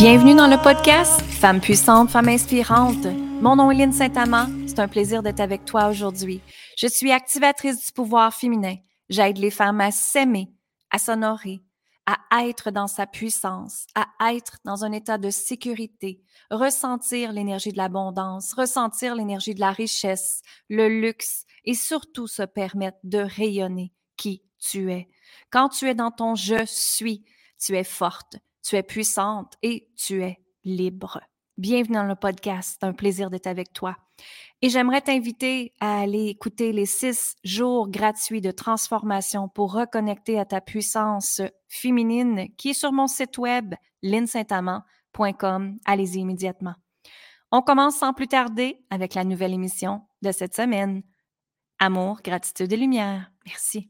Bienvenue dans le podcast Femmes puissantes, femmes inspirantes. Mon nom est Lynne Saint-Amand. C'est un plaisir d'être avec toi aujourd'hui. Je suis activatrice du pouvoir féminin. J'aide les femmes à s'aimer, à s'honorer, à être dans sa puissance, à être dans un état de sécurité, ressentir l'énergie de l'abondance, ressentir l'énergie de la richesse, le luxe et surtout se permettre de rayonner qui tu es. Quand tu es dans ton « je suis », tu es forte. Tu es puissante et tu es libre. Bienvenue dans le podcast. C'est un plaisir d'être avec toi. Et j'aimerais t'inviter à aller écouter les 6 jours gratuits de transformation pour reconnecter à ta puissance féminine qui est sur mon site web lynnesaintamand.com. Allez-y immédiatement. On commence sans plus tarder avec la nouvelle émission de cette semaine. Amour, gratitude et lumière. Merci.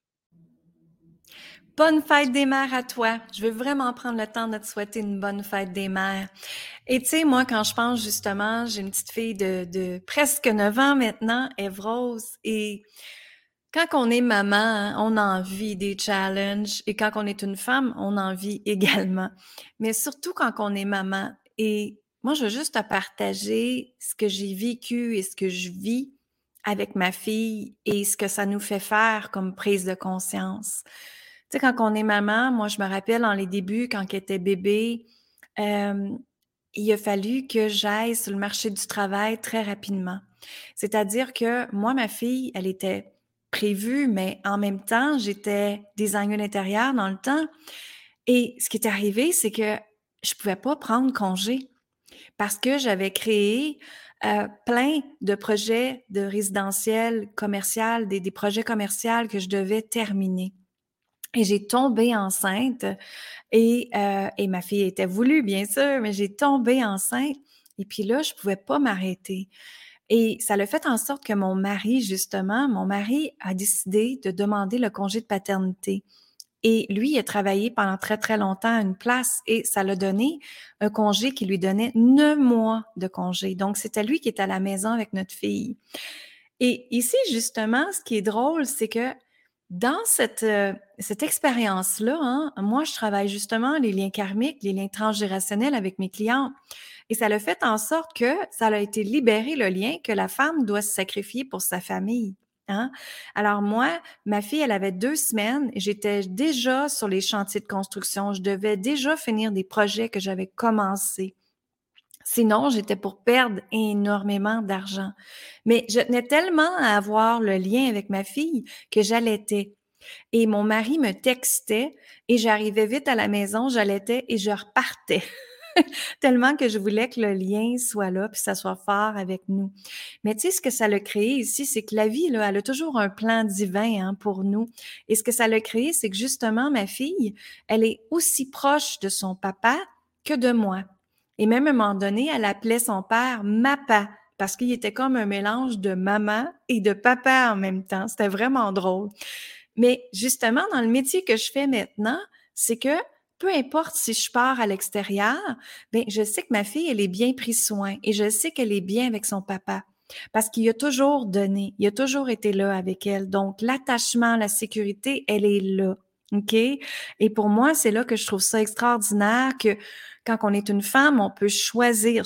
Bonne fête des mères à toi. Je veux vraiment prendre le temps de te souhaiter une bonne fête des mères. Et tu sais, moi, quand je pense justement, j'ai une petite fille de presque 9 ans maintenant, Eve-Rose, et quand on est maman, on a envie des challenges, et quand on est une femme, on en vit également. Mais surtout quand on est maman. Et moi, je veux juste te partager ce que j'ai vécu et ce que je vis avec ma fille et ce que ça nous fait faire comme prise de conscience. Tu sais, quand on est maman, moi, je me rappelle dans les débuts, quand elle était bébé, il a fallu que j'aille sur le marché du travail très rapidement. C'est-à-dire que moi, ma fille, elle était prévue, mais en même temps, j'étais designer d'intérieur dans le temps. Et ce qui est arrivé, c'est que je pouvais pas prendre congé parce que j'avais créé plein de projets de résidentiel commercial, des projets commerciaux que je devais terminer. Et j'ai tombé enceinte et ma fille était voulue, bien sûr, mais j'ai tombé enceinte et puis là, je pouvais pas m'arrêter. Et ça l'a fait en sorte que mon mari a décidé de demander le congé de paternité. Et lui, il a travaillé pendant très, très longtemps à une place et ça l'a donné un congé qui lui donnait 9 mois de congé. Donc, c'était lui qui était à la maison avec notre fille. Et ici, justement, ce qui est drôle, c'est que dans cette expérience-là, hein, moi, je travaille justement les liens karmiques, les liens transgénérationnels avec mes clients. Et ça l'a fait en sorte que ça a été libéré le lien que la femme doit se sacrifier pour sa famille. Hein? Alors moi, ma fille, elle avait 2 semaines, j'étais déjà sur les chantiers de construction, je devais déjà finir des projets que j'avais commencés. Sinon, j'étais pour perdre énormément d'argent. Mais je tenais tellement à avoir le lien avec ma fille que j'allaitais. Et mon mari me textait et j'arrivais vite à la maison, j'allaitais et je repartais. Tellement que je voulais que le lien soit là puis ça soit fort avec nous. Mais tu sais, ce que ça l'a créé ici, c'est que la vie, là, elle a toujours un plan divin hein, pour nous. Et ce que ça l'a créé, c'est que justement, ma fille, elle est aussi proche de son papa que de moi. Et même à un moment donné, elle appelait son père Mapa parce qu'il était comme un mélange de maman et de papa en même temps. C'était vraiment drôle. Mais justement, dans le métier que je fais maintenant, c'est que peu importe si je pars à l'extérieur, ben je sais que ma fille, elle est bien prise soin et je sais qu'elle est bien avec son papa parce qu'il a toujours donné, il a toujours été là avec elle. Donc, l'attachement, la sécurité, elle est là. OK? Et pour moi, c'est là que je trouve ça extraordinaire que quand on est une femme, on peut choisir,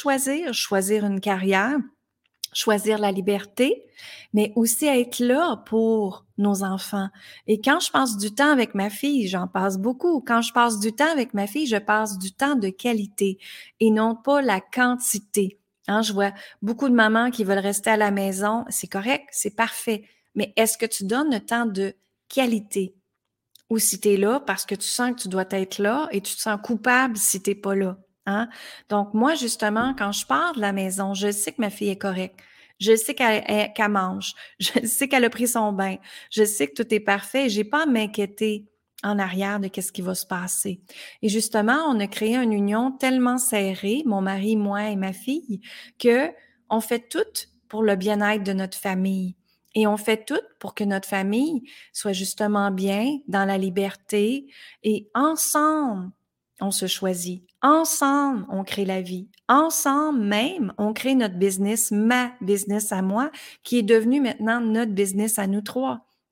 choisir une carrière, choisir la liberté, mais aussi être là pour nos enfants. Et quand je passe du temps avec ma fille, j'en passe beaucoup. Quand je passe du temps avec ma fille, je passe du temps de qualité et non pas la quantité. Hein, je vois beaucoup de mamans qui veulent rester à la maison. C'est correct, c'est parfait. Mais est-ce que tu donnes le temps de qualité? Ou si tu es là parce que tu sens que tu dois être là et tu te sens coupable si tu n'es pas là. Hein? Donc, moi, justement, quand je pars de la maison, je sais que ma fille est correcte. Je sais qu'elle mange. Je sais qu'elle a pris son bain. Je sais que tout est parfait. J'ai pas à m'inquiéter en arrière de qu'est-ce qui va se passer. Et justement, on a créé une union tellement serrée, mon mari, moi et ma fille, que on fait tout pour le bien-être de notre famille. Et on fait tout pour que notre famille soit justement bien, dans la liberté. Et ensemble, on se choisit. Ensemble, on crée la vie. Ensemble même, on crée notre business, ma business à moi, qui est devenu maintenant notre business à nous trois.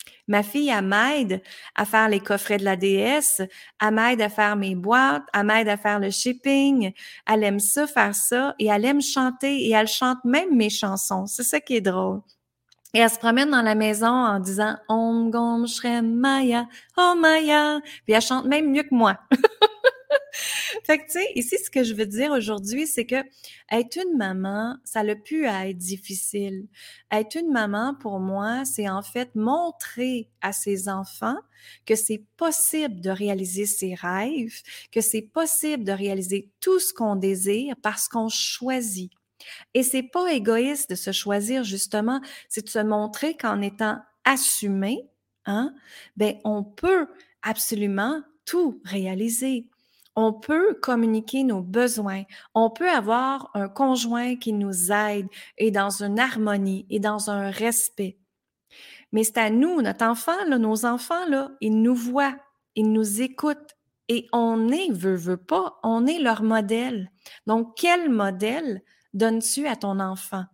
Ma fille, elle m'aide à faire les coffrets de la déesse, elle m'aide à faire mes boîtes, elle m'aide à faire le shipping, elle aime ça, faire ça, et elle aime chanter, et elle chante même mes chansons. C'est ça qui est drôle. Et elle se promène dans la maison en disant Om Gom Shrem Maya, Oh Maya. Puis elle chante même mieux que moi. Fait que, tu sais, ici, ce que je veux dire aujourd'hui, c'est que être une maman, ça a pu être difficile. Être une maman, pour moi, c'est en fait montrer à ses enfants que c'est possible de réaliser ses rêves, que c'est possible de réaliser tout ce qu'on désire parce qu'on choisit. Et c'est pas égoïste de se choisir, justement, c'est de se montrer qu'en étant assumé, hein, ben, on peut absolument tout réaliser. On peut communiquer nos besoins. On peut avoir un conjoint qui nous aide et dans une harmonie et dans un respect. Mais c'est à nous, notre enfant, là, nos enfants, là, ils nous voient, ils nous écoutent et on est, veut pas, on est leur modèle. Donc, quel modèle donnes-tu à ton enfant?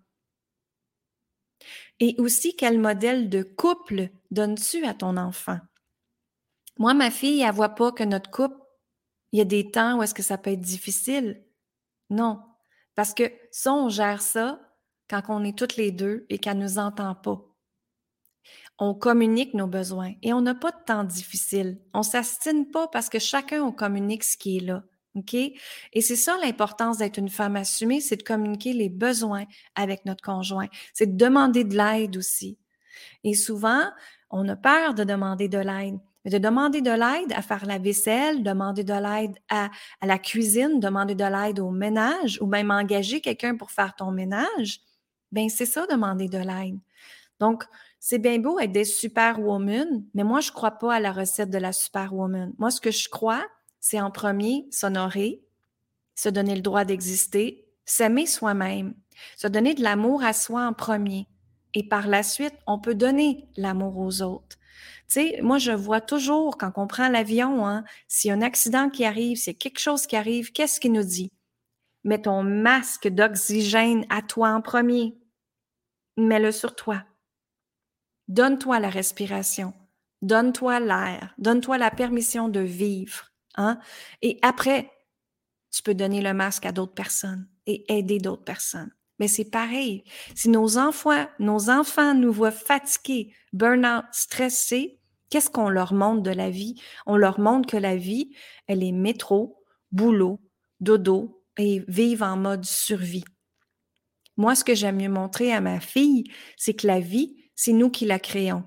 Et aussi, quel modèle de couple donnes-tu à ton enfant? Moi, ma fille, elle voit pas que notre couple, il y a des temps où est-ce que ça peut être difficile. Non. Parce que ça, on gère ça quand on est toutes les deux et qu'elle nous entend pas. On communique nos besoins et on n'a pas de temps difficile. On s'astine pas parce que chacun, on communique ce qui est là. OK? Et c'est ça l'importance d'être une femme assumée, c'est de communiquer les besoins avec notre conjoint. C'est de demander de l'aide aussi. Et souvent, on a peur de demander de l'aide. Mais de demander de l'aide à faire la vaisselle, demander de l'aide à la cuisine, demander de l'aide au ménage ou même engager quelqu'un pour faire ton ménage, ben c'est ça, demander de l'aide. Donc, c'est bien beau être des superwomen, mais moi, je crois pas à la recette de la superwoman. Moi, ce que je crois, c'est en premier, s'honorer, se donner le droit d'exister, s'aimer soi-même, se donner de l'amour à soi en premier. Et par la suite, on peut donner l'amour aux autres. Tu sais, moi, je vois toujours, quand on prend l'avion, hein, s'il y a un accident qui arrive, s'il y a quelque chose qui arrive, qu'est-ce qu'il nous dit? Mets ton masque d'oxygène à toi en premier. Mets-le sur toi. Donne-toi la respiration. Donne-toi l'air. Donne-toi la permission de vivre. Hein? Et après, tu peux donner le masque à d'autres personnes et aider d'autres personnes. Mais c'est pareil. Si nos enfants nous voient fatigués, burn-out, stressés, qu'est-ce qu'on leur montre de la vie? On leur montre que la vie, elle est métro, boulot, dodo et vivre en mode survie. Moi, ce que j'aime mieux montrer à ma fille, c'est que la vie, c'est nous qui la créons.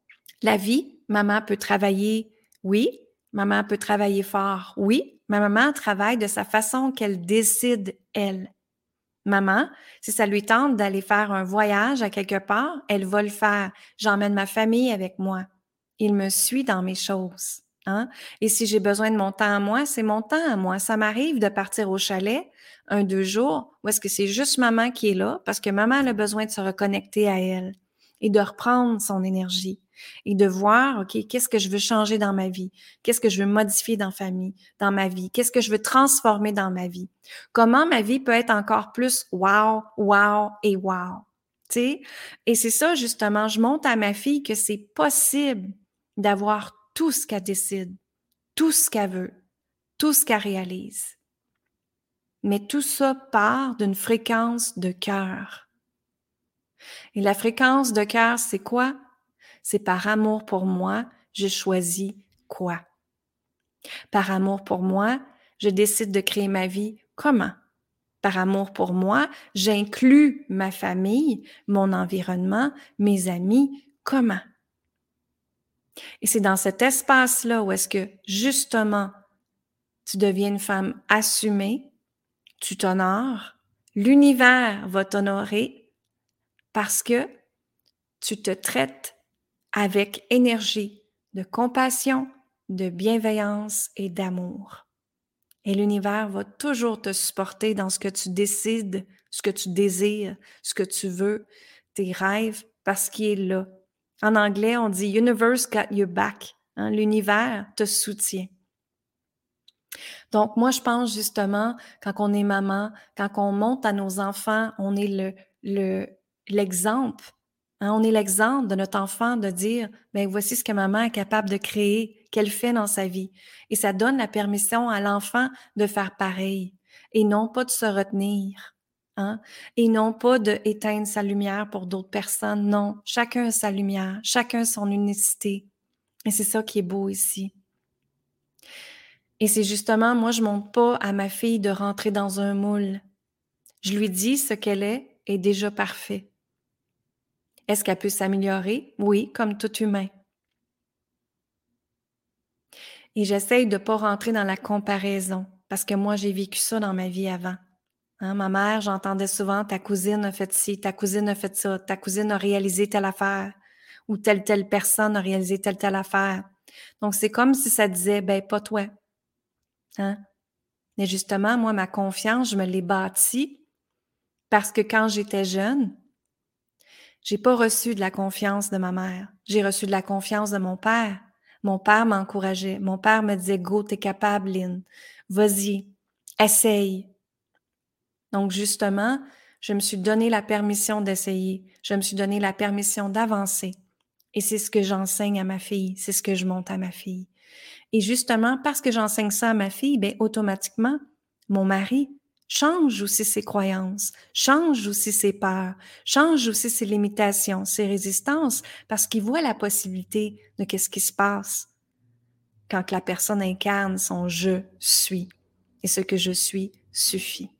La vie, maman peut travailler, oui. Maman peut travailler fort, oui. Ma maman travaille de sa façon qu'elle décide, elle. Maman, si ça lui tente d'aller faire un voyage à quelque part, elle va le faire. J'emmène ma famille avec moi. Il me suit dans mes choses. Hein? Et si j'ai besoin de mon temps à moi, c'est mon temps à moi. Ça m'arrive de partir au chalet 1, 2 jours où est-ce que c'est juste maman qui est là parce que maman a besoin de se reconnecter à elle et de reprendre son énergie et de voir, OK, qu'est-ce que je veux changer dans ma vie? Qu'est-ce que je veux modifier dans ma vie? Qu'est-ce que je veux transformer dans ma vie? Comment ma vie peut être encore plus wow, wow et wow? Tu sais? Et c'est ça, justement, je montre à ma fille que c'est possible d'avoir tout ce qu'elle décide, tout ce qu'elle veut, tout ce qu'elle réalise. Mais tout ça part d'une fréquence de cœur. Et la fréquence de cœur, c'est quoi? C'est par amour pour moi, je choisis quoi? Par amour pour moi, je décide de créer ma vie comment? Par amour pour moi, j'inclus ma famille, mon environnement, mes amis, comment? Et c'est dans cet espace-là où est-ce que, justement, tu deviens une femme assumée, tu t'honores, l'univers va t'honorer parce que tu te traites avec énergie de compassion, de bienveillance et d'amour. Et l'univers va toujours te supporter dans ce que tu décides, ce que tu désires, ce que tu veux, tes rêves, parce qu'il est là. En anglais, on dit Universe got your back. Hein? L'univers te soutient. Donc, moi, je pense justement, quand on est maman, quand on montre à nos enfants, on est l'exemple Hein, on est l'exemple de notre enfant de dire, ben voici ce que maman est capable de créer, qu'elle fait dans sa vie. Et ça donne la permission à l'enfant de faire pareil et non pas de se retenir. Hein? Et non pas d'éteindre sa lumière pour d'autres personnes. Non, chacun a sa lumière, chacun son unicité. Et c'est ça qui est beau ici. Et c'est justement, moi, je ne montre pas à ma fille de rentrer dans un moule. Je lui dis ce qu'elle est déjà parfait. Est-ce qu'elle peut s'améliorer? Oui, comme tout humain. Et j'essaye de ne pas rentrer dans la comparaison, parce que moi, j'ai vécu ça dans ma vie avant. Hein, ma mère, j'entendais souvent « ta cousine a fait ci, ta cousine a fait ça, ta cousine a réalisé telle affaire » ou « telle personne a réalisé telle affaire ». Donc, c'est comme si ça disait « ben pas toi hein? ». Mais justement, moi, ma confiance, je me l'ai bâtie parce que quand j'étais jeune, j'ai pas reçu de la confiance de ma mère. J'ai reçu de la confiance de mon père. Mon père m'encourageait. Mon père me disait « Go, t'es capable, Lynn. Vas-y, essaye. » Donc, justement, je me suis donné la permission d'essayer. Je me suis donné la permission d'avancer. Et c'est ce que j'enseigne à ma fille. C'est ce que je montre à ma fille. Et justement, parce que j'enseigne ça à ma fille, bien, automatiquement, mon mari change aussi ses croyances, change aussi ses peurs, change aussi ses limitations, ses résistances, parce qu'il voit la possibilité de qu'est-ce qui se passe quand la personne incarne son « je suis ». Et ce que je suis suffit.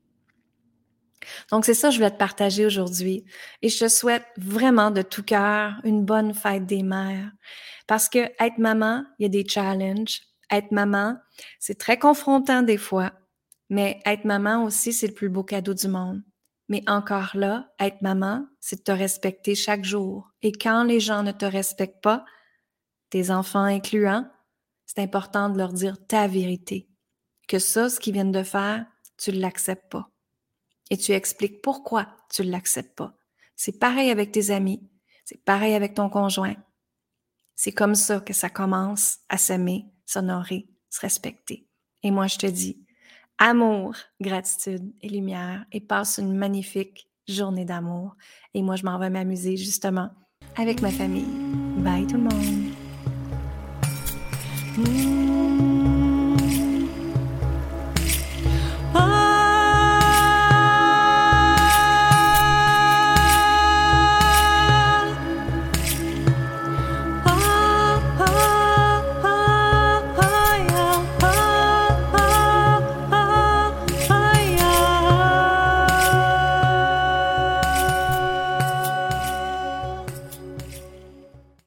Donc, c'est ça que je voulais te partager aujourd'hui. Et je te souhaite vraiment de tout cœur une bonne fête des mères. Parce que être maman, il y a des challenges. Être maman, c'est très confrontant des fois. Mais être maman aussi, c'est le plus beau cadeau du monde. Mais encore là, être maman, c'est de te respecter chaque jour. Et quand les gens ne te respectent pas, tes enfants incluant, c'est important de leur dire ta vérité. Que ça, ce qu'ils viennent de faire, tu ne l'acceptes pas. Et tu expliques pourquoi tu ne l'acceptes pas. C'est pareil avec tes amis, c'est pareil avec ton conjoint. C'est comme ça que ça commence à s'aimer, s'honorer, se respecter. Et moi, je te dis, amour, gratitude et lumière, et passe une magnifique journée d'amour. Et moi, je m'en vais m'amuser justement avec ma famille. Bye tout le monde!